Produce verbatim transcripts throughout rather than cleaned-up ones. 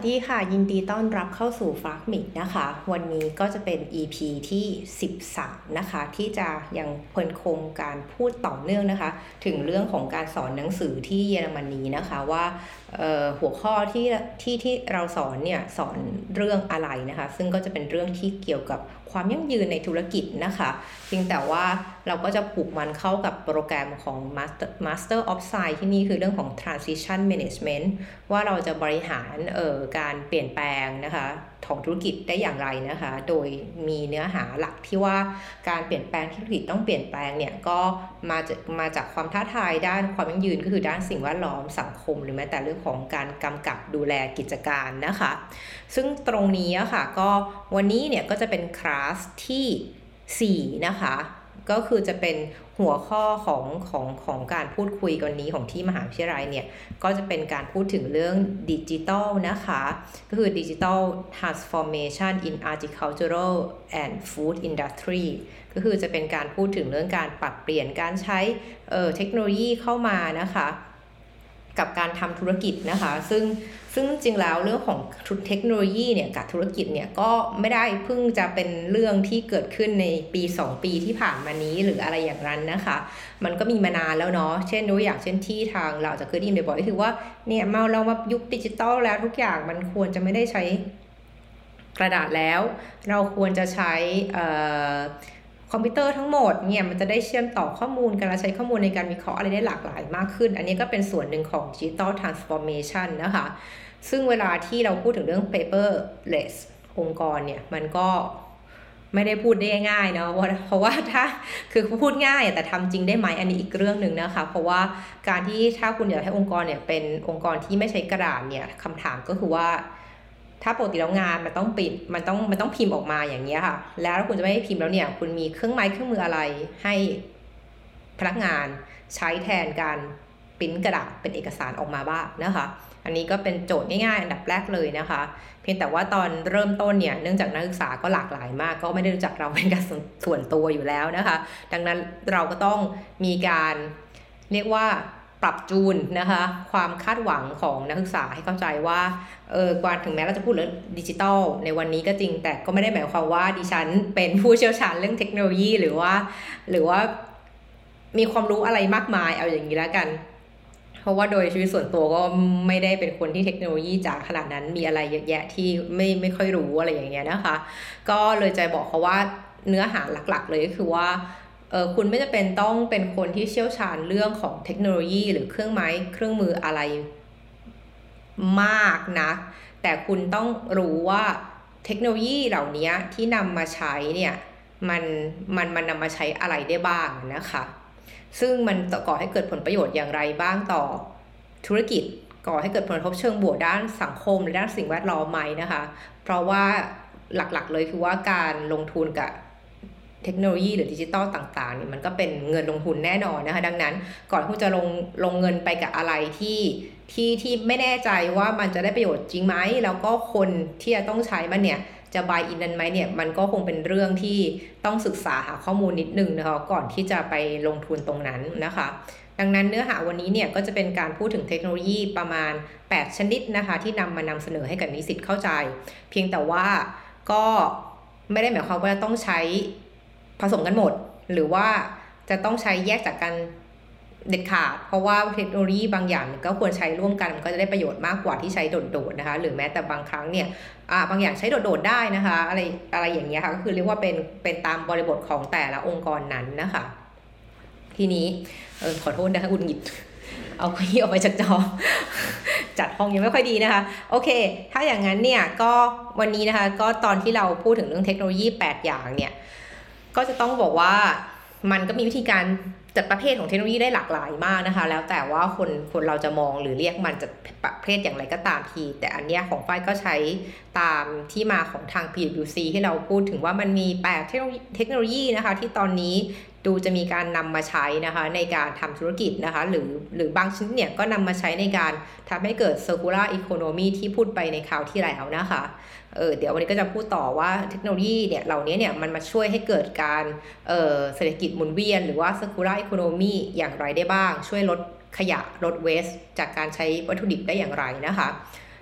ดีค่ะยินดีต้อนรับเข้าสู่ฟากมิกนะคะวันนี้ก็จะเป็น อี พี ที่สิบสามนะคะที่จะยังเพิ่นคงการพูดต่อเนื่องนะคะถึงเรื่องของการสอนหนังสือที่เยอรมนีนะคะว่าหัวข้อที่ที่ที่เราสอนเนี่ยสอนเรื่องอะไรนะคะซึ่งก็จะเป็นเรื่องที่เกี่ยวกับความยั่งยืนในธุรกิจนะคะเพียงแต่ว่าเราก็จะผูกมันเข้ากับโปรแกรมของ Master Master of Science ที่นี่คือเรื่องของ Transition Management ว่าเราจะบริหารเอ่อการเปลี่ยนแปลงนะคะของธุรกิจได้อย่างไรนะคะโดยมีเนื้อหาหลักที่ว่าการเปลี่ยนแปลงธุรกิจต้องเปลี่ยนแปลงเนี่ยก็มาจากมาจากความท้าทายด้านความยั่งยืนก็คือด้านสิ่งแวดล้อมสังคมหรือแม้แต่เรื่องของการกำกับดูแลกิจการนะคะซึ่งตรงนี้ค่ะก็วันนี้เนี่ยก็จะเป็นคลาสที่สี่นะคะก็คือจะเป็นหัวข้อของของของการพูดคุยกันนี้ของที่มหาวิทยาลัยเนี่ยก็จะเป็นการพูดถึงเรื่องดิจิทัลนะคะก็คือ Digital Transformation in Agricultural and Food Industry ก็คือจะเป็นการพูดถึงเรื่องการปรับเปลี่ยนการใช้เอ่อเทคโนโลยีเข้ามานะคะกับการทำธุรกิจนะคะซึ่งซึ่งจริงแล้วเรื่องของเทคโนโลยีเนี่ยกับธุรกิจเนี่ยก็ไม่ได้เพิ่งจะเป็นเรื่องที่เกิดขึ้นในปีสองปีที่ผ่านมานี้หรืออะไรอย่างนั้นนะคะมันก็มีมานานแล้วเนาะเช่นตัวอย่างเช่นที่ทางเราจะเคยได้ยินบ่อยๆก็คือว่าเนี่ยมาเรามายุคดิจิตอลแล้วทุกอย่างมันควรจะไม่ได้ใช้กระดาษแล้วเราควรจะใช้คอมพิวเตอร์ทั้งหมดเนี่ยมันจะได้เชื่อมต่อข้อมูลการใช้ข้อมูลในการวิเคราะห์อะไรได้หลากหลายมากขึ้นอันนี้ก็เป็นส่วนหนึ่งของ Digital Transformation นะคะซึ่งเวลาที่เราพูดถึงเรื่อง paperless องค์กรเนี่ยมันก็ไม่ได้พูดได้ง่ายเนาะเพราะว่าถ้าคือพูดง่ายแต่ทำจริงได้ไหมอันนี้อีกเรื่องหนึ่งนะคะเพราะว่าการที่ถ้าคุณอยากให้องค์กรเนี่ยเป็นองค์กรที่ไม่ใช้กระดาษเนี่ยคำถามก็คือว่าถ้าปกติแล้วงานมันต้องปิดมันต้องมันต้องพิมพ์ออกมาอย่างเงี้ยค่ะแล้วคุณจะไม่ให้พิมพ์แล้วเนี่ยคุณมีเครื่องไม้เครื่องมืออะไรให้พนักงานใช้แทนการปริ้นกระดาษเป็นเอกสารออกมาบ้างนะคะอันนี้ก็เป็นโจทย์ง่ายๆอันดับแรกเลยนะคะเพียงแต่ว่าตอนเริ่มต้นเนี่ยเนื่องจากนักศึกษาก็หลากหลายมากก็ไม่ได้รู้จักเราเป็นการส่วนตัวอยู่แล้วนะคะดังนั้นเราก็ต้องมีการเรียกว่าปรับจูนนะคะความคาดหวังของนักศึกษาให้เข้าใจว่าเออกว่าถึงแม้เราจะพูดเรื่องดิจิทัลในวันนี้ก็จริงแต่ก็ไม่ได้หมายความว่าดิฉันเป็นผู้เชี่ยวชาญเรื่องเทคโนโลยีหรือว่าหรือว่ามีความรู้อะไรมากมายเอาอย่างนี้แล้วกันเพราะว่าโดยชีวิตส่วนตัวก็ไม่ได้เป็นคนที่เทคโนโลยีจ๋าขนาดนั้นมีอะไรเยอะแยะที่ไม่ไม่ค่อยรู้อะไรอย่างเงี้ยนะคะก็เลยจะบอกเขาว่าเนื้อหาหลักๆเลยก็คือว่าเออคุณไม่จำเป็นต้องเป็นคนที่เชี่ยวชาญเรื่องของเทคโนโลยีหรือเครื่องไม้เครื่องมืออะไรมากนะแต่คุณต้องรู้ว่าเทคโนโลยีเหล่านี้ที่นำมาใช้เนี่ยมันมันมันนำมาใช้อะไรได้บ้างนะคะซึ่งมันจะก่อให้เกิดผลประโยชน์อย่างไรบ้างต่อธุรกิจก่อให้เกิดผลกระทบเชิงบวกด้านสังคมและด้านสิ่งแวดล้อมไหมนะคะเพราะว่าหลักๆเลยคือว่าการลงทุนกับเทคโนโลยีหรือดิจิตอลต่างๆเนี่ยมันก็เป็นเงินลงทุนแน่นอนนะคะดังนั้นก่อนที่จะลงลงเงินไปกับอะไรที่ที่ที่ไม่แน่ใจว่ามันจะได้ประโยชน์จริงไหมแล้วก็คนที่จะต้องใช้มันเนี่ยจะ buy in นั้นไหมเนี่ยมันก็คงเป็นเรื่องที่ต้องศึกษาหาข้อมูลนิดนึงนะคะก่อนที่จะไปลงทุนตรงนั้นนะคะดังนั้นเนื้อหาวันนี้เนี่ยก็จะเป็นการพูดถึงเทคโนโลยีประมาณแปดชนิดนะคะที่นำมานำเสนอให้กับนิสิตเข้าใจเพียงแต่ว่าก็ไม่ได้หมายความว่าต้องใช้ผสมกันหมดหรือว่าจะต้องใช้แยกจากกันเด็ดขาดเพราะว่าเทคโนโลยีบางอย่างก็ควรใช้ร่วมกันมันก็จะได้ประโยชน์มากกว่าที่ใช้โดดๆนะคะหรือแม้แต่บางครั้งเนี่ยอ่าบางอย่างใช้โดดๆได้นะคะอะไรอะไรอย่างเงี้ยค่ะก็คือเรียกว่าเป็นเป็นตามบริบทของแต่ละองค์กรนั้นนะคะทีนี้เออขอโทษนะคะอุดหงิดเอาเก้าอี้ออกไปจากจอ จัดห้องยังไม่ค่อยดีนะคะโอเคถ้าอย่างนั้นเนี่ยก็วันนี้นะคะก็ตอนที่เราพูดถึงเรื่องเทคโนโลยีแปดอย่างเนี่ยก็จะต้องบอกว่ามันก็มีวิธีการจัดประเภทของเทคโนโลยีได้หลากหลายมากนะคะแล้วแต่ว่าคนคนเราจะมองหรือเรียกมันจะประเภทอย่างไรก็ตามทีแต่อันเนี้ยของฝ้ายก็ใช้ตามที่มาของทาง พี ดับเบิลยู ซี ที่เราพูดถึงว่ามันมีแปดเทคโนโลยีนะคะที่ตอนนี้ดูจะมีการนำมาใช้นะคะในการทำธุรกิจนะคะหรือหรือบางชนิดเนี่ยก็นำมาใช้ในการทำให้เกิด circular economy ที่พูดไปในคราวที่แล้วนะคะเออเดี๋ยววันนี้ก็จะพูดต่อว่าเทคโนโลยีเนี่ยเหล่านี้เนี่ยมันมาช่วยให้เกิดการเอ่อเศรษฐกิจหมุนเวียนหรือว่า circular economy อย่างไรได้บ้างช่วยลดขยะลด waste จากการใช้วัตถุดิบได้อย่างไรนะคะ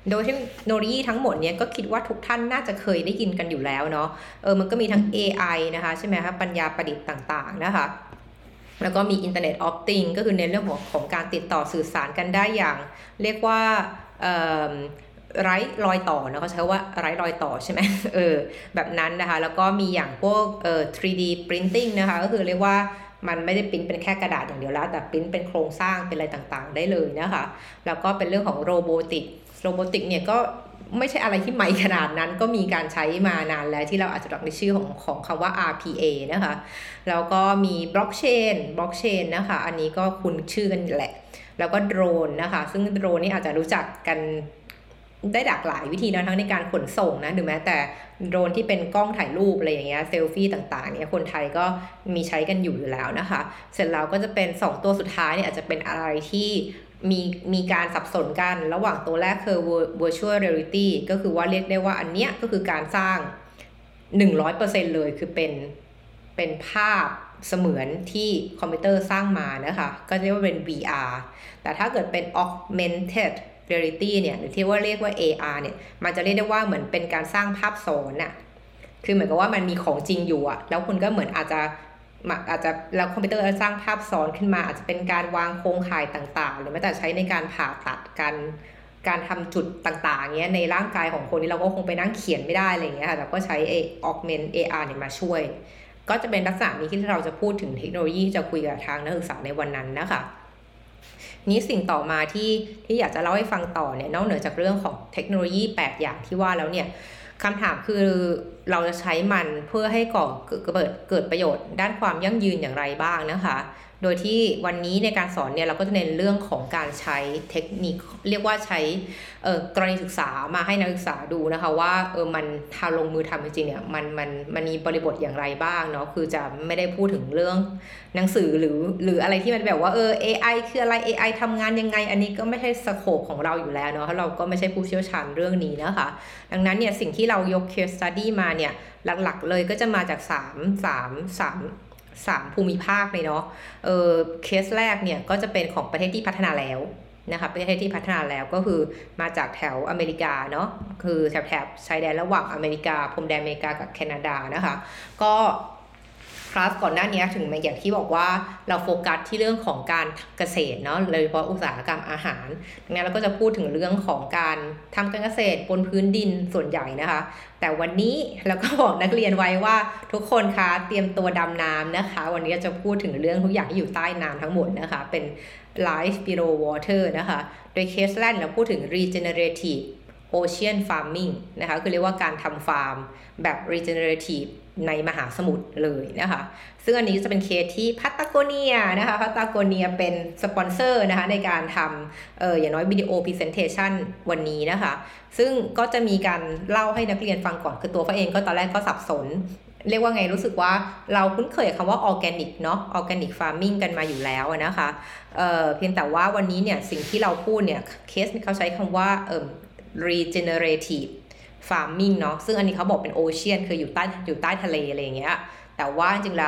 โดยเทคโนโลยีทั้งหมดเนี้ยก็คิดว่าทุกท่านน่าจะเคยได้ยินกันอยู่แล้วเนาะเออมันก็มีทั้ง เอ ไอ นะคะใช่ไหมคะปัญญาประดิษฐ์ต่างๆนะคะแล้วก็มี Internet of Things ก็คือในเรื่องของของการติดต่อสื่อสารกันได้อย่างเรียกว่าไร้รอยต่อนะเขาใช้ว่าไร้รอยต่อใช่ไหมเออแบบนั้นนะคะแล้วก็มีอย่างพวกเอ่อ ทรี ดี printing นะคะก็คือเรียกว่ามันไม่ได้ปริ้นเป็นแค่กระดาษอย่างเดียวแล้วแต่ปริ้นเป็นโครงสร้างเป็นอะไรต่างๆได้เลยนะคะแล้วก็เป็นเรื่องของโรบอติกโรบอติกเนี่ยก็ไม่ใช่อะไรที่ใหม่ขนาดนั้นก็มีการใช้มานานแล้วที่เราอาจจะรู้ในชื่อของของคำว่า อาร์ พี เอ นะคะแล้วก็มีบล็อกเชนบล็อกเชนนะคะอันนี้ก็คุ้นชื่อกันแหละแล้วก็โดรนนะคะซึ่งโดรนนี่อาจจะรู้จักกันได้หลากหลายวิธีนะทั้งในการขนส่งนะหรือแม้แต่โดรนที่เป็นกล้องถ่ายรูปอะไรอย่างเงี้ยเซลฟี่ต่างๆเนี่ยคนไทยก็มีใช้กันอยู่อยู่แล้วนะคะเสร็จแล้วก็จะเป็นสองตัวสุดท้ายเนี่ยอาจจะเป็นอะไรที่มีมีการสับสนกันระหว่างตัวแรกคือ virtual reality ก็คือว่าเรียกได้ว่าอันเนี้ยก็คือการสร้าง หนึ่งร้อยเปอร์เซ็นต์ เลยคือเป็นเป็นภาพเสมือนที่คอมพิวเตอร์สร้างมานะคะก็เรียกว่าเป็น วี อาร์ แต่ถ้าเกิดเป็น augmented reality เนี่ยหรือที่ว่าเรียกว่า เอ อาร์ เนี่ยมันจะเรียกได้ว่าเหมือนเป็นการสร้างภาพซ้อนน่ะคือเหมือนกับว่ามันมีของจริงอยู่อะแล้วคุณก็เหมือนอาจจะอาจจะแล้วคอมพิวเตอร์สร้างภาพซ้อนขึ้นมาอาจจะเป็นการวางโครงข่ายต่างๆหรือแม้แต่ใช้ในการผ่าตัดการการทำจุดต่างๆเงี้ยในร่างกายของคนที่เราก็คงไปนั่งเขียนไม่ได้อะไรเงี้ยค่ะแต่ก็ใช้ augment เอ อาร์ เนี่ยมาช่วยก็จะเป็นลักษณะนี้ที่เราจะพูดถึงเทคโนโลยีจะคุยกับทางนักศึกษาในวันนั้นนะคะนี้สิ่งต่อมาที่ที่อยากจะเล่าให้ฟังต่อเนี่ยนอกเหนือจากเรื่องของเทคโนโลยีแปดอย่างที่ว่าแล้วเนี่ยคำถามคือเราจะใช้มันเพื่อให้ก่อเกิดเกิดประโยชน์ด้านความยั่งยืนอย่างไรบ้างนะคะโดยที่วันนี้ในการสอนเนี่ยเราก็จะเน้นเรื่องของการใช้เทคนิคเรียกว่าใช้เอ่อกรณีศึกษามาให้นักศึกษาดูนะคะว่าเออมันทาลงมือทำจริงๆเนี่ยมันมันมันมีบริบทอย่างไรบ้างเนาะคือจะไม่ได้พูดถึงเรื่องหนังสือหรือหรืออะไรที่มันแบบว่าเออ เอ ไอ คืออะไร เอ ไอ ทำงานยังไงอันนี้ก็ไม่ใช่สโคปของเราอยู่แล้วเนาะเพราะเราก็ไม่ใช่ผู้เชี่ยวชาญเรื่องนี้นะคะดังนั้นเนี่ยสิ่งที่เรายก case study มาเนี่ยหลักๆเลยก็จะมาจาก3 3 3 3ภูมิภาคเลยเนาะเออเคสแรกเนี่ยก็จะเป็นของประเทศที่พัฒนาแล้วนะคะประเทศที่พัฒนาแล้วก็คือมาจากแถวอเมริกาเนาะคือแถบแถบชายแดนระหว่างอเมริกาพรมแดนอเมริกากับแคนาดานะคะก็คลาสก่อนหน้านี้ถึงอย่างที่บอกว่าเราโฟกัสที่เรื่องของการเกษตรเนาะโดยเฉพาะอุตสาหกรรมอาหารดังนั้นเราก็จะพูดถึงเรื่องของการทำการเกษตรบนพื้นดินส่วนใหญ่นะคะแต่วันนี้เราก็บอกนักเรียนไว้ว่าทุกคนคะเตรียมตัวดำน้ำนะคะวันนี้จะพูดถึงเรื่องทุกอย่างที่อยู่ใต้น้ำทั้งหมดนะคะเป็น life below water นะคะโดยเคสแรกเราพูดถึง regenerative ocean farming นะคะคือเรียกว่าการทำฟาร์มแบบ regenerative ในมหาสมุทรเลยนะคะซึ่งอันนี้จะเป็นเคสที่พัตตาโกเนียนะคะพัตตาโกเนียเป็นสปอนเซอร์นะคะในการทำเอออย่างน้อยวิดีโอพรีเซนเทชันวันนี้นะคะซึ่งก็จะมีการเล่าให้นักเรียนฟังก่อนคือตัวเขาเองก็ตอนแรกก็สับสนเรียกว่าไงรู้สึกว่าเราคุ้นเคยคำว่าออร์แกนิกเนาะออร์แกนิกฟาร์มิงกันมาอยู่แล้วนะคะเออเพียงแต่ว่าวันนี้เนี่ยสิ่งที่เราพูดเนี่ยเคสเขาใช้คำว่าเออ regenerative farming เนาะซึ่งอันนี้เขาบอกเป็น ocean คืออยู่ใต้อยู่ใต้ทะเลอะไรอย่างเงี้ยแต่ว่าจริงๆแล้ว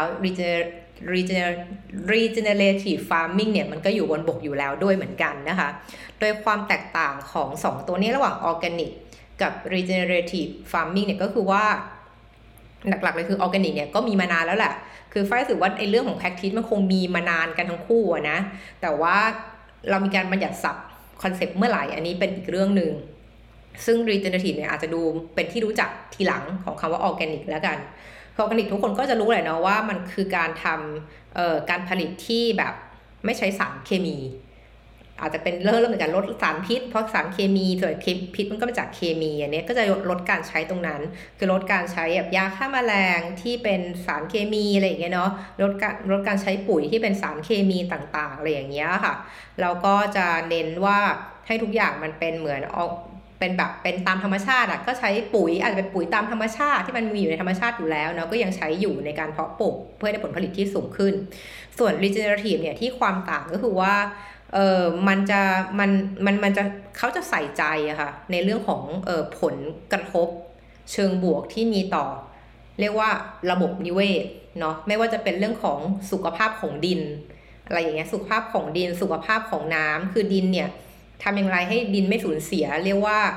regenerative farming เนี่ยมันก็อยู่บนบกอยู่แล้วด้วยเหมือนกันนะคะโดยความแตกต่างของสองตัวนี้ระหว่าง organic กับ regenerative farming เนี่ยก็คือว่าหลักๆเลยคือ organic เนี่ยก็มีมานานแล้วแหละคือฝ้ายรู้สึกว่าไอ้เรื่องของ practice มันคงมีมานานกันทั้งคู่นะแต่ว่าเรามีการบัญญัติศัพท์คอนเซปต์เมื่อไหร่อันนี้เป็นอีกเรื่องนึงซึ่ง regenerative เนี่ยอาจจะดูเป็นที่รู้จักทีหลังของคำว่า organic แล้วกันออร์แกนิกทุกคนก็จะรู้แหละเนาะว่ามันคือการทำเอ่อการผลิตที่แบบไม่ใช้สารเคมีอาจจะเป็นเริ่มเริ่มจากลดสารพิษเพราะสารเคมีส่วนพิษมันก็มาจากเคมีอันนี้ก็จะลดการใช้ตรงนั้นคือลดการใช้แบบยาฆ่าแมลงที่เป็นสารเคมีอะไรอย่างเงี้ยเนาะลดการลดการใช้ปุ๋ยที่เป็นสารเคมีต่างๆอะไรอย่างเงี้ยค่ะแล้วก็จะเน้นว่าให้ทุกอย่างมันเป็นเหมือนออกเป็นแบบเป็นตามธรรมชาติอ่ะก็ใช้ปุ๋ยอาจจะเป็นปุ๋ยตามธรรมชาติที่มันมีอยู่ในธรรมชาติอยู่แล้วเนาะก็ยังใช้อยู่ในการเพาะปลูกเพื่อให้ได้ผลผลิตที่สูงขึ้นส่วน regenerative เนี่ยที่ความต่างก็คือว่าเออมันจะมันมันมันจะเขาจะใส่ใจอะค่ะในเรื่องของเออผลกระทบเชิงบวกที่มีต่อเรียกว่าระบบนิเวศเนาะไม่ว่าจะเป็นเรื่องของสุขภาพของดินอะไรอย่างเงี้ยสุขภาพของดินสุขภาพของน้ำคือดินเนี่ยทำอย่างไรให้ดินไม่สูญเสียเรียกว่า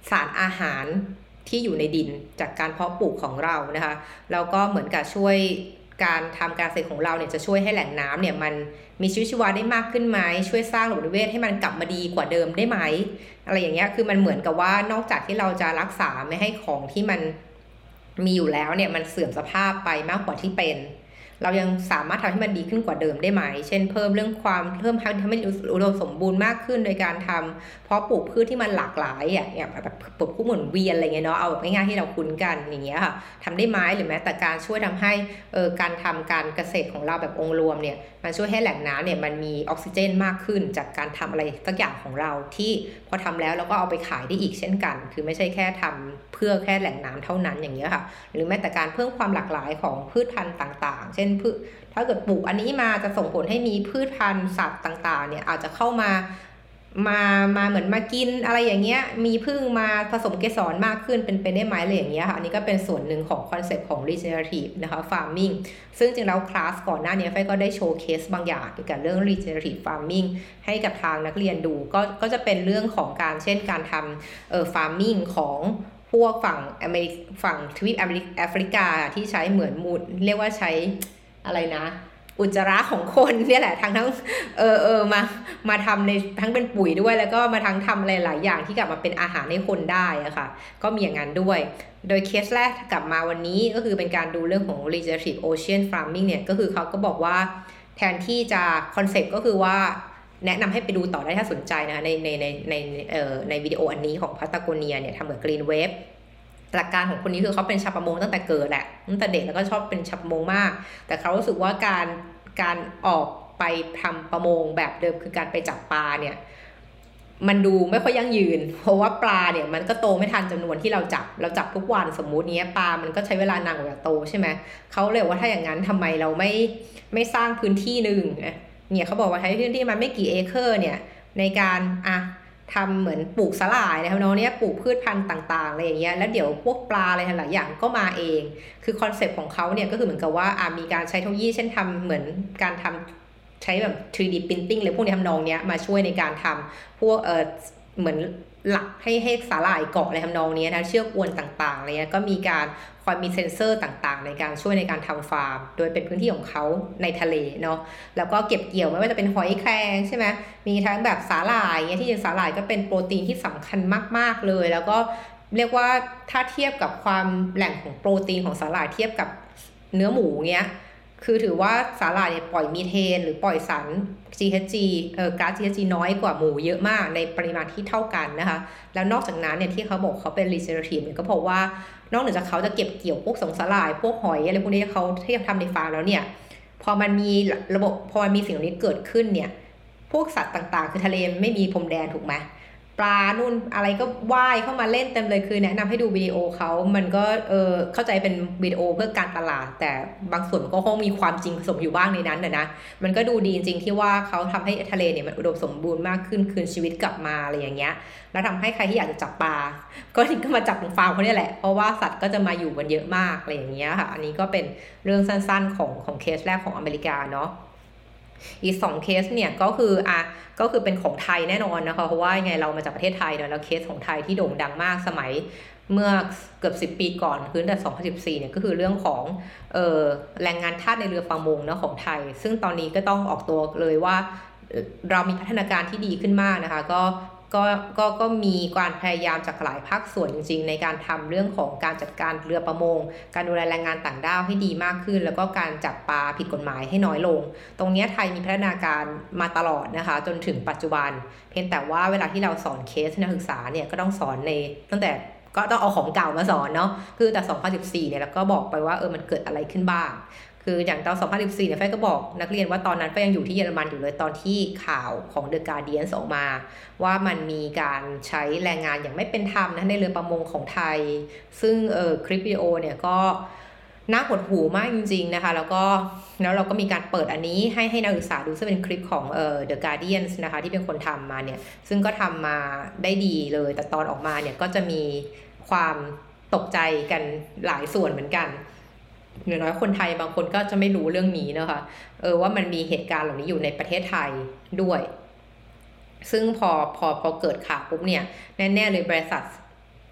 สารอาหารที่อยู่ในดินจากการเพาะปลูกของเรานะคะแล้วก็เหมือนกับช่วยการทำการเกษตรของเราเนี่ยจะช่วยให้แหล่งน้ำเนี่ยมันมีชีวิตชีวาได้มากขึ้นไหมช่วยสร้างระบบนิเวศให้มันกลับมาดีกว่าเดิมได้ไหมอะไรอย่างเงี้ยคือมันเหมือนกับว่านอกจากที่เราจะรักษาไม่ให้ของที่มันมีอยู่แล้วเนี่ยมันเสื่อมสภาพไปมากกว่าที่เป็นเรายังสามารถทำให้มันดีขึ้นกว่าเดิมได้ไหมเช่นเพิ่มเรื่องความเพิ่มทำให้อุดมสมบูรณ์มากขึ้นโดยการทำเพาะปลูกพืชที่มันหลากหลายอ่ะอย่างแบบปลูกพืชหมุนเวียนอะไรเงี้ยเนาะเอาแบบง่ายๆที่เราคุ้นกันอย่างเงี้ยค่ะทำได้ไหมหรือแม้แต่การช่วยทำให้เออการทำการเกษตรของเราแบบองค์รวมเนี่ยมันช่วยให้แหล่งน้ำเนี่ยมันมีออกซิเจนมากขึ้นจากการทำอะไรสักอย่างของเราที่พอทำแล้วเราก็เอาไปขายได้อีกเช่นกันคือไม่ใช่แค่ทำเพื่อแค่แหล่งน้ำเท่านั้นอย่างเงี้ยค่ะหรือแม้แต่การเพิ่มความหลากหลายของพืชพันธุ์ต่างๆเช่นพืชถ้าเกิดปลูกอันนี้มาจะส่งผลให้มีพืชพันธุ์สัตว์ต่างๆเนี่ยอาจจะเข้ามามามาเหมือนมากินอะไรอย่างเงี้ยมีพึ่งมาผสมเกสรมากขึ้นเป็นไปได้ไหมอะไรอย่างเงี้ยค่ะอันนี้ก็เป็นส่วนหนึ่งของคอนเซ็ปต์ของ regenerative นะคะ farming ซึ่งจริงแล้วคลาสก่อนหน้านี้ไฟก็ได้โชว์เคสบางอย่างเกี่ยวกับเรื่อง regenerative farming ให้กับทางนักเรียนดูก็ก็จะเป็นเรื่องของการเช่นการทำเอ่อ farming ของพวกฝั่งอเมริกฝั่งทวีปแอฟริกาที่ใช้เหมือนมูลเรียกว่าใช้อะไรนะอุจจาระของคนเนี่ยแหละทั้งทั้งเออเออมามาทำในทั้งเป็นปุ๋ยด้วยแล้วก็มาทั้งทำอะไรหลายอย่างที่กลับมาเป็นอาหารให้คนได้อะค่ะก็มีอย่างนั้นด้วยโดยเคสแรกกลับมาวันนี้ก็คือเป็นการดูเรื่องของ regenerative ocean farming เนี่ยก็คือเขาก็บอกว่าแทนที่จะคอนเซ็ปต์ก็คือว่าแนะนำให้ไปดูต่อได้ถ้าสนใจนะคะในในในในเอ่อในวิดีโออันนี้ของพัตตาโกเนียเนี่ยทำเหมือน Green Waveหลักการของคนนี้คือเขาเป็นชาวประมงตั้งแต่เกิดแหละตั้งแต่เด็กแล้วก็ชอบเป็นชาวประมงมากแต่เขารู้สึกว่าการการออกไปทำประมงแบบเดิมคือการไปจับปลาเนี่ยมันดูไม่ค่อยยั่งยืนเพราะว่าปลาเนี่ยมันก็โตไม่ทันจำนวนที่เราจับเราจับทุกวันสมมุติเนี้ยปลามันก็ใช้เวลานานกว่าจะโตใช่ไหมเขาเลยว่าถ้าอย่างนั้นทำไมเราไม่ไม่สร้างพื้นที่หนึ่งเนี่ยเขาบอกว่าใช้พื้นที่มันไม่กี่เอเคอร์เนี่ยในการอ่ะทำเหมือนปลูกสาหร่ายนะครับน้องเนี่ยปลูกพืชพันธุ์ต่างๆอะไรอย่างเงี้ยแล้วเดี๋ยวพวกปลาอะไรหลายอย่างก็มาเองคือคอนเซ็ปต์ของเขาเนี่ยก็คือเหมือนกับว่าอ่ามีการใช้เทคโนโลยีเช่นทำเหมือนการทำใช้แบบ ทรี ดี printing เลยพวกนี้ทำนองเนี้ยมาช่วยในการทำพวกเออเหมือนหลักให้ให้สาหร่ายเกาะอะไรทำนองนี้นะเชือกอวนต่างๆอะไรเงี้ยก็มีการคอยมีเซ็นเซอร์ต่างๆในการช่วยในการทำฟาร์มโดยเป็นพื้นที่ของเขาในทะเลเนาะแล้วก็เก็บเกี่ยวไม่ว่าจะเป็นหอยแครงใช่ไหมมีทั้งแบบสาหร่ายเงี้ยที่จริงสาหร่ายก็เป็นโปรตีนที่สำคัญมากๆเลยแล้วก็เรียกว่าถ้าเทียบกับความแหล่งของโปรตีนของสาหร่ายเทียบกับเนื้อหมูเงี้ยคือถือว่าสาหร่ายเนี่ยปล่อยมีเทนหรือปล่อยสาร จี เอช จี เอ่อก๊าซ จี เอช จี น้อยกว่าหมูเยอะมากในปริมาณที่เท่ากันนะคะแล้วนอกจากนั้นเนี่ยที่เขาบอกเขาเป็น regenerative เนี่ยก็เพราะว่านอกจากเขาจะเก็บเกี่ยวพวกสงสาหร่ายพวกหอยอะไรพวกนี้เขาที่ทำในฟาร์มแล้วเนี่ยพอมันมีระบบพอมันมีสิ่งนี้เกิดขึ้นเนี่ยพวกสัตว์ต่างๆคือทะเลไม่มีพรมแดนถูกไหมปลานู่นอะไรก็ว่ายเข้ามาเล่นเต็มเลยคือแนะนำให้ดูวิดีโอเขามันก็เออเข้าใจเป็นวิดีโอเพื่อการตลาดแต่บางส่วนมันก็คงมีความจริงผสมอยู่บ้างในนั้นนะนะมันก็ดูดีจริงๆที่ว่าเขาทำให้ทะเลเนี่ยมันอุดมสมบูรณ์มากขึ้นคืนชีวิตกลับมาอะไรอย่างเงี้ยแล้วทำให้ใครที่อยากจะจับปลาก็ก็มาจับฟาร์มเขาเนี่ยแหละเพราะว่าสัตว์ก็จะมาอยู่กันเยอะมากอะไรอย่างเงี้ยค่ะอันนี้ก็เป็นเรื่องสั้นๆของของเคสแรกของอเมริกาเนาะอีกสองเคสเนี่ยก็คืออ่ะก็คือเป็นของไทยแน่นอนนะคะเพราะว่าไงเรามาจากประเทศไทยเนาะแล้วเคสของไทยที่โด่งดังมากสมัยเมื่อเกือบสิบปีก่อนคือตั้งแต่สองพันสิบสี่เนี่ยก็คือเรื่องของเอ่อแรงงานทาสในเรือประมงเนาะของไทยซึ่งตอนนี้ก็ต้องออกตัวเลยว่าเรามีพัฒนาการที่ดีขึ้นมากนะคะก็ก็ก็ก็มีการพยายามจากหลายภาคส่วนจริงๆในการทำเรื่องของการจัดการเรือประมงการดูแลแรงงานต่างด้าวให้ดีมากขึ้นแล้วก็การจับปลาผิดกฎหมายให้น้อยลงตรงนี้ไทยมีพัฒนาการมาตลอดนะคะจนถึงปัจจุบันเพียงแต่ว่าเวลาที่เราสอนเคสนักศึกษาเนี่ยก็ต้องสอนในตั้งแต่ก็ต้องเอาของเก่ามาสอนเนาะคือแต่สองพันสิบสี่เนี่ยแล้วก็บอกไปว่าเออมันเกิดอะไรขึ้นบ้างคืออย่างตอนสองพันสิบสี่เนี่ยไฟก็บอกนักเรียนว่าตอนนั้นไฟยังอยู่ที่เยอรมันอยู่เลยตอนที่ข่าวของ The Guardian ออกมาว่ามันมีการใช้แรงงานอย่างไม่เป็นธรรมนะในเรือประมงของไทยซึ่งเออคลิปวิดีโอเนี่ยก็น่าหดหู่มากจริงๆนะคะแล้วก็แล้วเราก็มีการเปิดอันนี้ให้ให้นักศึกษาดูซึ่งเป็นคลิปของเอ่อ The Guardian นะคะที่เป็นคนทำมาเนี่ยซึ่งก็ทำมาได้ดีเลยแต่ตอนออกมาเนี่ยก็จะมีความตกใจกันหลายส่วนเหมือนกันอย่างน้อยคนไทยบางคนก็จะไม่รู้เรื่องนี้นะคะเออว่ามันมีเหตุการณ์เหล่านี้อยู่ในประเทศไทยด้วยซึ่งพอพอพอเกิดข่าวปุ๊บเนี่ยแน่ๆเลยบริษัท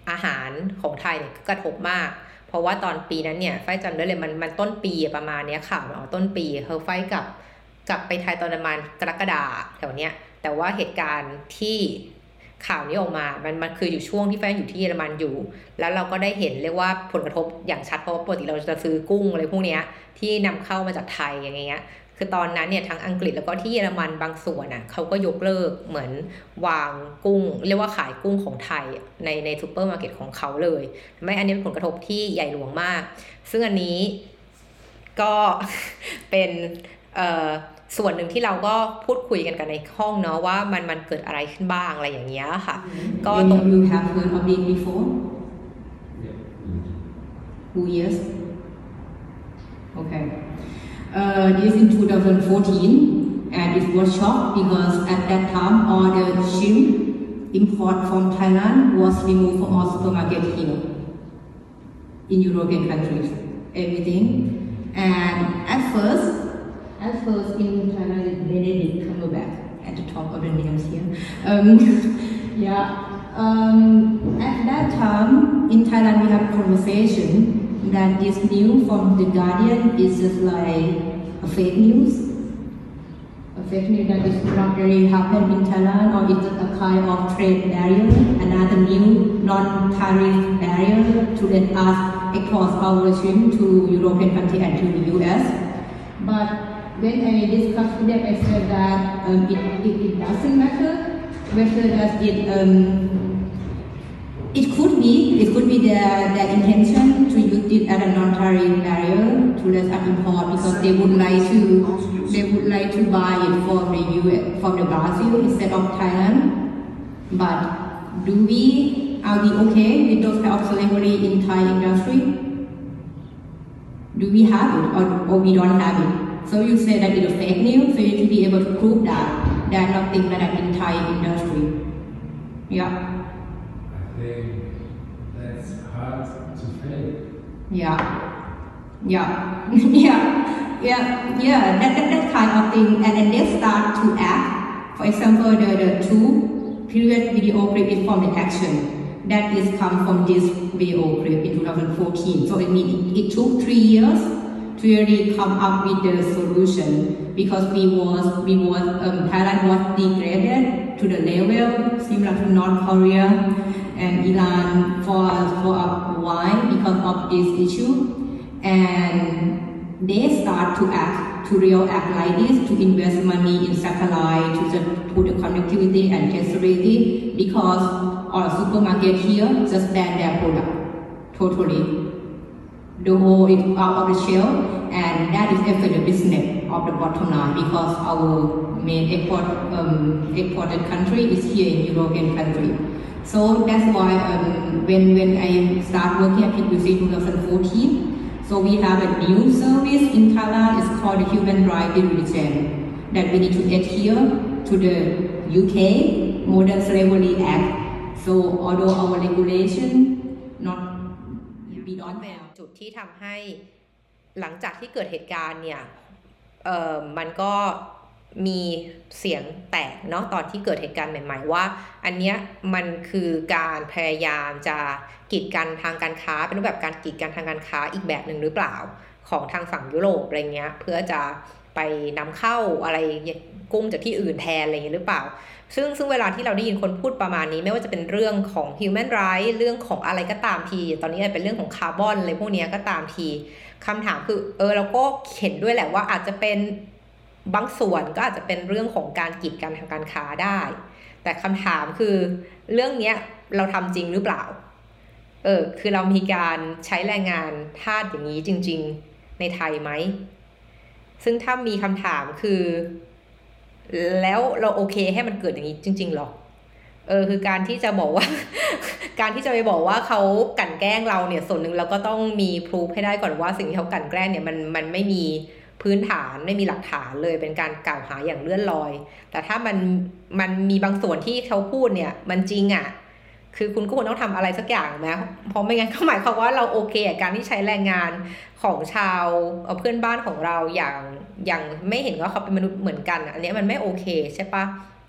อาหารของไทยเนี่ยกระทบมากเพราะว่าตอนปีนั้นเนี่ยไฟจำได้เลยมันมันต้นปีประมาณนี้ข่าวมันออกต้นปีเฮอไฟกับกลับไปไทยตอนประมาณกรกฎาแถวเนี้ยแต่ว่าเหตุการณ์ที่ข่าวนี้ออกมามันมันคืออยู่ช่วงที่แฟนอยู่ที่เยอรมันอยู่แล้วเราก็ได้เห็นเรียกว่าผลกระทบอย่างชัดเพราะว่าปกติเราจะซื้อกุ้งอะไรพวกเนี้ยที่นำเข้ามาจากไทยอย่างเงี้ยคือตอนนั้นเนี่ยทั้งอังกฤษแล้วก็ที่เยอรมันบางส่วนน่ะเขาก็ยกเลิกเหมือนวางกุ้งเรียกว่าขายกุ้งของไทยในในซูเปอร์มาร์เก็ตของเขาเลยไม่อันนี้เป็นผลกระทบที่ใหญ่หลวงมากซึ่งอันนี้ก็ เป็นเอ่อส่วนหนึ่งที่เราก็พูดคุยกันกันในห้องเนาะว่ามันมันเกิดอะไรขึ้นบ้างอะไรอย่างเงี้ยค่ะก็ตรง you have heard of it before who yes okay uh, this in twenty fourteen and it was shocked because at that time all the shrimp import from Thailand was removed from all supermarket here in European countries everything and at first at first in Thailand it's Benedict Cumberbatch at the top of the names here um, yeah um, at that time in Thailand we have conversation that this news from the Guardian is just like a fake news a fake news that is not really happened in Thailand or it's a kind of trade barrier another new non-tariff barrier to let us export our shrimp to European countries and to the U S but when I discussed with them I said that um, it, it, it doesn't matter whether does it um, it could be it could be their their intention to use it as a non-tariff barrier to let us import because they would like to they would like to buy it from the U S from the Brazil instead of Thailand but do we are we okay with those kind of slavery in Thai industry do we have it or, or we don't have it so you say that it's a fake news so you should be able to prove that there are nothing like that in Thai industry yeah That's hard to fake. Yeah, yeah, yeah, yeah, yeah. That, that that kind of thing, and then they start to act. For example, the the two period video clip is from the action that is come from this video clip in twenty fourteen. So it means it, it took three years to really come up with the solution because we was we was um, Thailand was degraded to the level similar to North Korea and Iran for for a while because of this issue and they start to act to real act like this to invest money in satellite to the to the connectivity and traceability because our supermarket here just ban their product totally the whole is out of the shelf and that is affect the business of the bottom line because our main export um, exported country is here in European country so that's why um, when when I start working at P W C twenty fourteen so we have a new service in Thailand it's called the Human Rights Due Diligence that we need to adhere to the U K Modern Slavery Act so although our regulation not we don't เป็น have จุดที่ทำให้หลังจากที่เกิดเหตุการณ์เนี่ยเอ่อมันก็มีเสียงแตกเนาะตอนที่เกิดเหตุการณ์ใหม่ๆว่าอันเนี้ยมันคือการพยายามจะกีดกันทางการค้าเป็นรูปแบบการกีดกันทางการค้าอีกแบบหนึ่งหรือเปล่าของทางฝั่งยุโรปอะไรเงี้ยเพื่อจะไปนำเข้าอะไรกุ้งจากที่อื่นแทนอะไรเงี้ยหรือเปล่าซึ่งซึ่งเวลาที่เราได้ยินคนพูดประมาณนี้ไม่ว่าจะเป็นเรื่องของ human rights เรื่องของอะไรก็ตามทีตอนนี้เป็นเรื่องของคาร์บอนอะไรพวกนี้ก็ตามทีคำถามคือเออเราก็เห็นด้วยแหละว่าอาจจะเป็นบางส่วนก็อาจจะเป็นเรื่องของการกีดกันทางการค้าได้แต่คำถามคือเรื่องเนี้ยเราทำจริงหรือเปล่าเออคือเรามีการใช้แรงงานทาสอย่างนี้จริงๆในไทยไหมซึ่งถ้ามีคำถามคือแล้วเราโอเคให้มันเกิดอย่างนี้จริงๆหรอเออคือการที่จะบอกว่า การที่จะไปบอกว่าเขากลั่นแกล้งเราเนี่ยส่วนหนึ่งเราก็ต้องมีพรูฟให้ได้ก่อนว่าสิ่งที่เขากลั่นแกล้งเนี่ยมันมันไม่มีพื้นฐานไม่มีหลักฐานเลยเป็นการกล่าวหาอย่างเลื่อนลอยแต่ถ้ามันมันมีบางส่วนที่เขาพูดเนี่ยมันจริงอ่ะคือคุณก็ควรต้องทำอะไรสักอย่างนะเพราะไม่งั้นก็หมายความว่าเราโอเคกับการที่ใช้แรงงานของชาวเพื่อนบ้านของเราอย่างอย่างไม่เห็นว่าเขาเป็นมนุษย์เหมือนกันอันนี้มันไม่โอเคใช่ปะ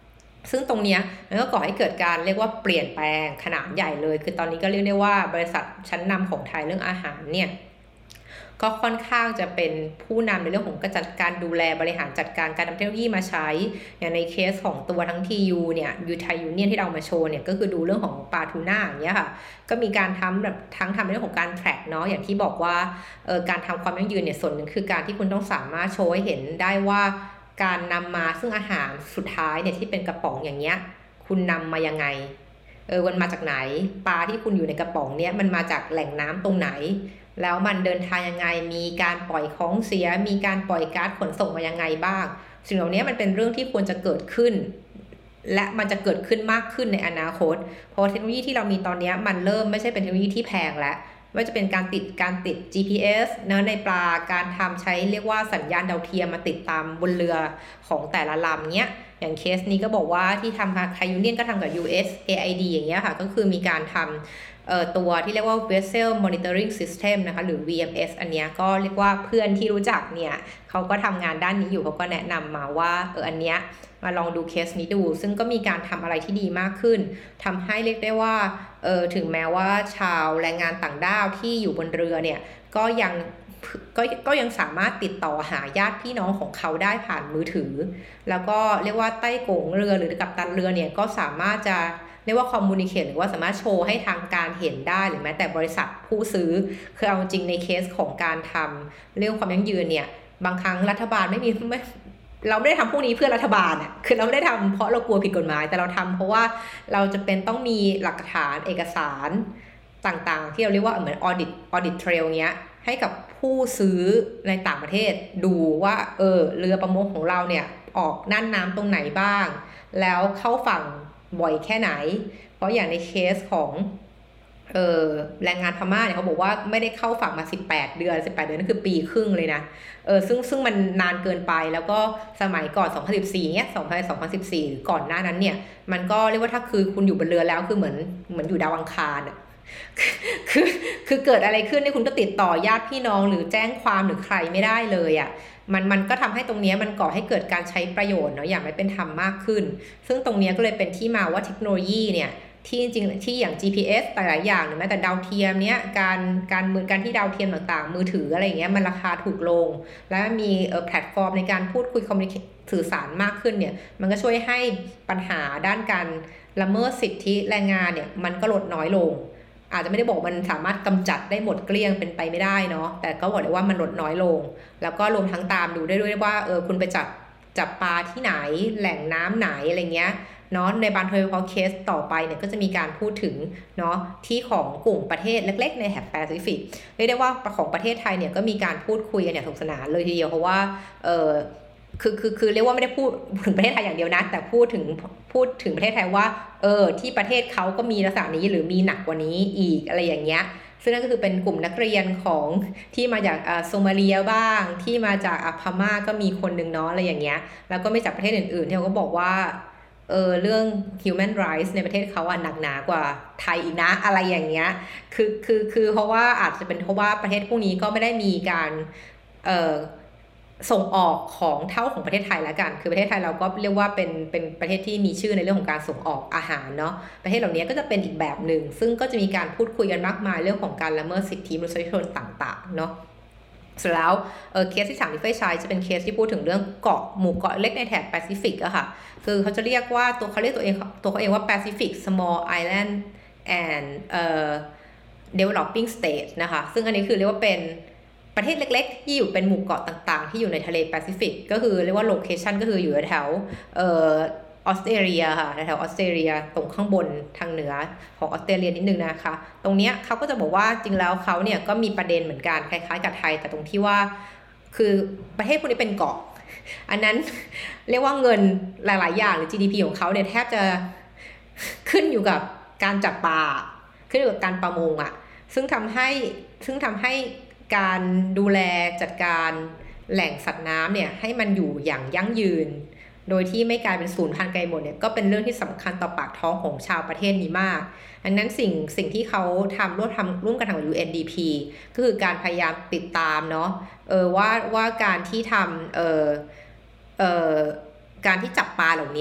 ซึ่งตรงเนี้ยมันก็ก่อให้เกิดการเรียกว่าเปลี่ยนแปลงขนาดใหญ่เลยคือตอนนี้ก็เรียกได้ว่าบริษัทชั้นนำของไทยเรื่องอาหารเนี่ยก็ค่อนข้างจะเป็นผู้นำในเรื่องของการจัดการดูแลบริหารจัดการการนำเทคโนโลยีมาใช้อย่างในเคสของตัวทั้ง ที ยู เนี่ยยูไทยยูเนียนที่เรามาโชว์เนี่ยก็คือดูเรื่องของปลาทูน่าอย่างเงี้ยค่ะก็มีการทำแบบทั้งทำในเรื่องของการแทร็กเนาะอย่างที่บอกว่าเอ่อการทำความยั่งยืนเนี่ยส่วนหนึ่งคือการที่คุณต้องสามารถโชว์ให้เห็นได้ว่าการนำมาซึ่งอาหารสุดท้ายเนี่ยที่เป็นกระป๋องอย่างเงี้ยคุณนำมายังไงเออมันมาจากไหนปลาที่คุณอยู่ในกระป๋องเนี้ยมันมาจากแหล่งน้ำตรงไหนแล้วมันเดินทางยังไงมีการปล่อยของเสียมีการปล่อยก๊าซขนส่งมายังไงบ้างสิ่งเหล่านี้มันเป็นเรื่องที่ควรจะเกิดขึ้นและมันจะเกิดขึ้นมากขึ้นในอนาคตเพราะเทคโนโลยีที่เรามีตอนนี้มันเริ่มไม่ใช่เป็นเทคโนโลยีที่แพงแล้วไม่ว่าจะเป็นการติดการติด จี พี เอส นะในปลาการทำใช้เรียกว่าสัญญาณดาวเทียมมาติดตามบนเรือของแต่ละลำเนี้ยอย่างเคสนี้ก็บอกว่าที่ทำไทยยูเนียนก็ทำกับ ยู เอส เอ ไอ ดี อย่างเงี้ยค่ะก็คือมีการทำเอ่อตัวที่เรียกว่า Vessel Monitoring System นะคะหรือ วี เอ็ม เอส อันเนี้ยก็เรียกว่าเพื่อนที่รู้จักเนี่ยเขาก็ทำงานด้านนี้อยู่เขาก็แนะนำมาว่าเอออันเนี้ยมาลองดูเคสนี้ดูซึ่งก็มีการทำอะไรที่ดีมากขึ้นทำให้เรียกได้ว่าเออถึงแม้ว่าชาวแรงงานต่างด้าวที่อยู่บนเรือเนี่ยก็ยังก็ก็ยังสามารถติดต่อหาญาติพี่น้องของเขาได้ผ่านมือถือแล้วก็เรียกว่าใต้โกงเรือหรือกัปตันเรือเนี่ยก็สามารถจะเรียกว่าคอมมูนิเคตหรือว่าสามารถโชว์ให้ทางการเห็นได้หรือแม้แต่บริษัทผู้ซื้อคือเอาจริงในเคสของการทำเรื่องความยั่งยืนเนี่ยบางครั้งรัฐบาลไม่มีไม่เราไม่ได้ทำพวกนี้เพื่อรัฐบาลอ่ะคือเราไม่ได้ทำเพราะเรากลัวผิดกฎหมายแต่เราทำเพราะว่าเราจะเป็นต้องมีหลักฐานเอกสารต่างๆที่เราเรียกว่าเหมือนออดิตออดิตเทรลเนี้ยให้กับผู้ซื้อในต่างประเทศดูว่าเออเรือประมงของเราเนี่ยออกน่านน้ำตรงไหนบ้างแล้วเข้าฝั่งบ่อยแค่ไหนเพราะอย่างในเคสของเออแรงงานพม่าเนี่ยเขาบอกว่าไม่ได้เข้าฝั่งมาสิบแปดเดือนสิบแปดเดือนนั่นคือปีครึ่งเลยนะเออซึ่งซึ่งมันนานเกินไปแล้วก็สมัยก่อนสองพันสิบสี่เนี่ยสองพัน สองพันสิบสี่หรือก่อนหน้านั้นเนี่ยมันก็เรียกว่าถ้าคือคุณอยู่บนเรือแล้วคือเหมือนเหมือนอยู่ดาวอังคารอ่ะคือคือเกิดอะไรขึ้นเนี่ยคุณก็ติดต่อญาติพี่น้องหรือแจ้งความหรือใครไม่ได้เลยอ่ะมันมันก็ทำให้ตรงนี้มันก่อให้เกิดการใช้ประโยชน์เนาะอย่างไม่เป็นธรรมมากขึ้นซึ่งตรงนี้ก็เลยเป็นที่มาว่าเทคโนโลยีเนี่ยที่จริงที่อย่าง จี พี เอส หลายๆอย่างหรือแม้แต่ดาวเทียมเนี้ยการการมือการที่ดาวเทียมต่างๆมือถืออะไรอย่างเงี้ยมันราคาถูกลงแล้วมีเอ่อแพลตฟอร์มในการพูดคุยคอมมิวนิเคชสื่อสารมากขึ้นเนี่ยมันก็ช่วยให้ปัญหาด้านการละเมิดสิทธิแรงงานเนี่ยมันก็ลดน้อยลงอาจจะไม่ได้บอกมันสามารถกำจัดได้หมดเกลี้ยงเป็นไปไม่ได้เนาะแต่ก็บอกเลยว่ามันลดน้อยลงแล้วก็รวมทั้งตามดูได้ด้วยว่าเออคุณไปจับจับปลาที่ไหนแหล่งน้ำไหนอะไรเงี้ยเนาะในบางโดยเฉพาะเคสต่อไปเนี่ยก็จะมีการพูดถึงเนาะที่ของกลุ่มประเทศเล็กๆในแถบแปซิฟิกเรียกได้ว่าของประเทศไทยเนี่ยก็มีการพูดคุยกันอย่างสนุกสนานเลยทีเดียวเพราะว่าเออคือคือคือเรียกว่าไม่ได้พูดถึงประเทศไทยอย่างเดียวนะแต่พูดถึงพูดถึงประเทศไทยว่าเออที่ประเทศเขาก็มีลักษณะนี้หรือมีหนักกว่านี้อีกอะไรอย่างเงี้ยซึ่งนั่นก็คือเป็นกลุ่มนักเรียนของที่มาจากโซมาเลียบ้างที่มาจากพม่าก็มีคนหนึ่งเนาะอะไรอย่างเงี้ยแล้วก็ไม่จากประเทศอื่นๆที่เขาก็บอกว่าเออเรื่อง human rights ในประเทศเขาอะหนักหนากว่าไทยอีกนะอะไรอย่างเงี้ยคือคือคือเพราะว่าอาจจะเป็นเพราะว่าประเทศพวกนี้ก็ไม่ได้มีการเอ่อส่งออกของเท่าของประเทศไทยแล้วกันคือประเทศไทยเราก็เรียกว่าเป็นเป็นประเทศที่มีชื่อในเรื่องของการส่งออกอาหารเนาะประเทศเหล่านี้ก็จะเป็นอีกแบบหนึ่งซึ่งก็จะมีการพูดคุยกันมากมายเรื่องของการละเมิดสิทธิมนุษยชนต่างๆเนาะเสร็จแล้วเออเคสที่สามที่เฟยใช้จะเป็นเคสที่พูดถึงเรื่องเกาะหมู่เกาะเล็กในแถบแปซิฟิกอะค่ะคือเขาจะเรียกว่าตัวเขาเรียกตัวเองตัวเขาเองว่า Pacific Small Island and เอ่อ Developing State นะคะซึ่งอันนี้คือเรียกว่าเป็นประเทศเล็กๆที่อยู่เป็นหมู่เกาะต่างๆที่อยู่ในทะเลแปซิฟิกก็คือเรียกว่าโลเคชันก็คืออยู่แถวเอ่อออสเตรเลียค่ะแถวออสเตรเลียตรงข้างบนทางเหนือของออสเตรเลียนิดนึงนะคะตรงเนี้ยเขาก็จะบอกว่าจริงแล้วเขาเนี่ยก็มีประเด็นเหมือนกันคล้ายๆกับไทยแต่ตรงที่ว่าคือประเทศพวกนี้เป็นเกาะอันนั้นเรียกว่าเงินหลายๆอย่างหรือ จี ดี พี ของเขาเนี่ยแทบจะขึ้นอยู่กับการจับปลาขึ้นอยู่กับการประมงอ่ะซึ่งทำให้ซึ่งทำให้การดูแลจัดการแหล่งสัตว์น้ำเนี่ยให้มันอยู่อย่างยั่งยืนโดยที่ไม่กลายเป็นศูนย์พันธุ์ไกลหมดเนี่ยก็เป็นเรื่องที่สำคัญต่อปากท้องของชาวประเทศนี้มากดังนั้นสิ่งสิ่งที่เขาทำร่วมทำร่วมกันทาง ยู เอ็น ดี พี ก็คือการพยายามติดตามเนาะเออว่าว่าการที่ทำเออเออการที่จับปลาเหล่านี้ค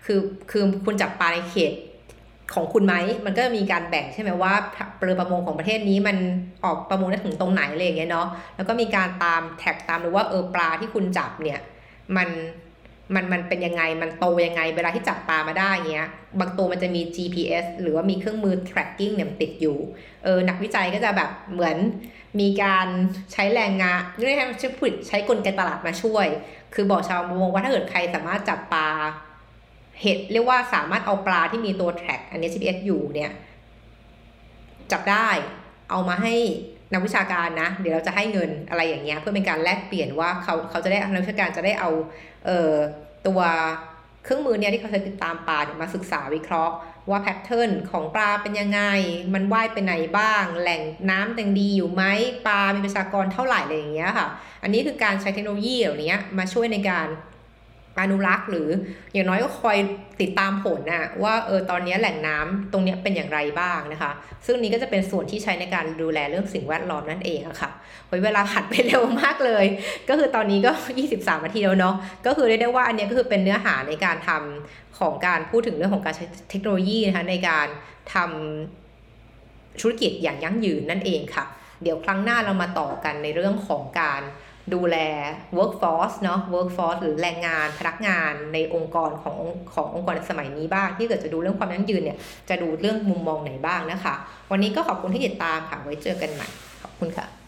คือคือคุณจับปลาในเขตของคุณไหมมันก็มีการแบ่งใช่ไหมว่าเรือประมงของประเทศนี้มันออกประมงได้ถึงตรงไหนอะไรอย่างเงี้ยเนาะแล้วก็มีการตามแท็กตามดูว่าเออปลาที่คุณจับเนี่ยมันมันมันเป็นยังไงมันโตยังไงเวลาที่จับปลามาได้เงี้ยบางตัวมันจะมี จี พี เอส หรือว่ามีเครื่องมือ tracking เนี่ยติดอยู่เออนักวิจัยก็จะแบบเหมือนมีการใช้แรงงานเรียกให้ใช้ผลิตใช้กลไกตลาดมาช่วยคือบอกชาวประมงว่าถ้าเกิดใครสามารถจับปลาเห็ดเรียกว่าสามารถเอาปลาที่มีตัว track อันนี้ จี พี เอส อยู่เนี่ยจับได้เอามาให้นักวิชาการนะเดี๋ยวเราจะให้เงินอะไรอย่างเงี้ยเพื่อเป็นการแลกเปลี่ยนว่าเขาเขาจะได้นักวิชาการจะได้เอาเอ่อตัวเครื่องมือเนี่ยที่เขาใช้ติดตามปลามาศึกษาวิเคราะห์ว่าแพทเทิร์นของปลาเป็นยังไงมันว่ายไปไหนบ้างแหล่งน้ำยังดีอยู่ไหมปลามีประชากรเท่าไหร่อะไรอย่างเงี้ยค่ะอันนี้คือการใช้เทคโนโลยีเหล่านี้มาช่วยในการอนุรักษ์หรืออย่างน้อยก็คอยติดตามผลนะว่าเออตอนนี้แหล่งน้ำตรงนี้เป็นอย่างไรบ้างนะคะซึ่งนี้ก็จะเป็นส่วนที่ใช้ในการดูแลเรื่องสิ่งแวดล้อมนั่นเองอะค่ะเวลาผ่านไปเร็วมากเลยก็คือตอนนี้ก็ยี่สิบสามนาทีแล้วเนาะก็คือเรียกได้ว่าอันนี้ก็คือเป็นเนื้อหาในการทำของการพูดถึงเรื่องของการใช้เทคโนโลยีนะคะในการทำธุรกิจอย่างยั่งยืนนั่นเองค่ะเดี๋ยวครั้งหน้าเรามาต่อกันในเรื่องของการดูแล workforce เนาะ workforce หรือแรงงานพนักงานในองค์กรของขององค์กรในสมัยนี้บ้างที่เกิดจะดูเรื่องความยั่งยืนเนี่ยจะดูเรื่องมุมมองไหนบ้างนะคะวันนี้ก็ขอบคุณที่ติดตามค่ะไว้เจอกันใหม่ขอบคุณค่ะ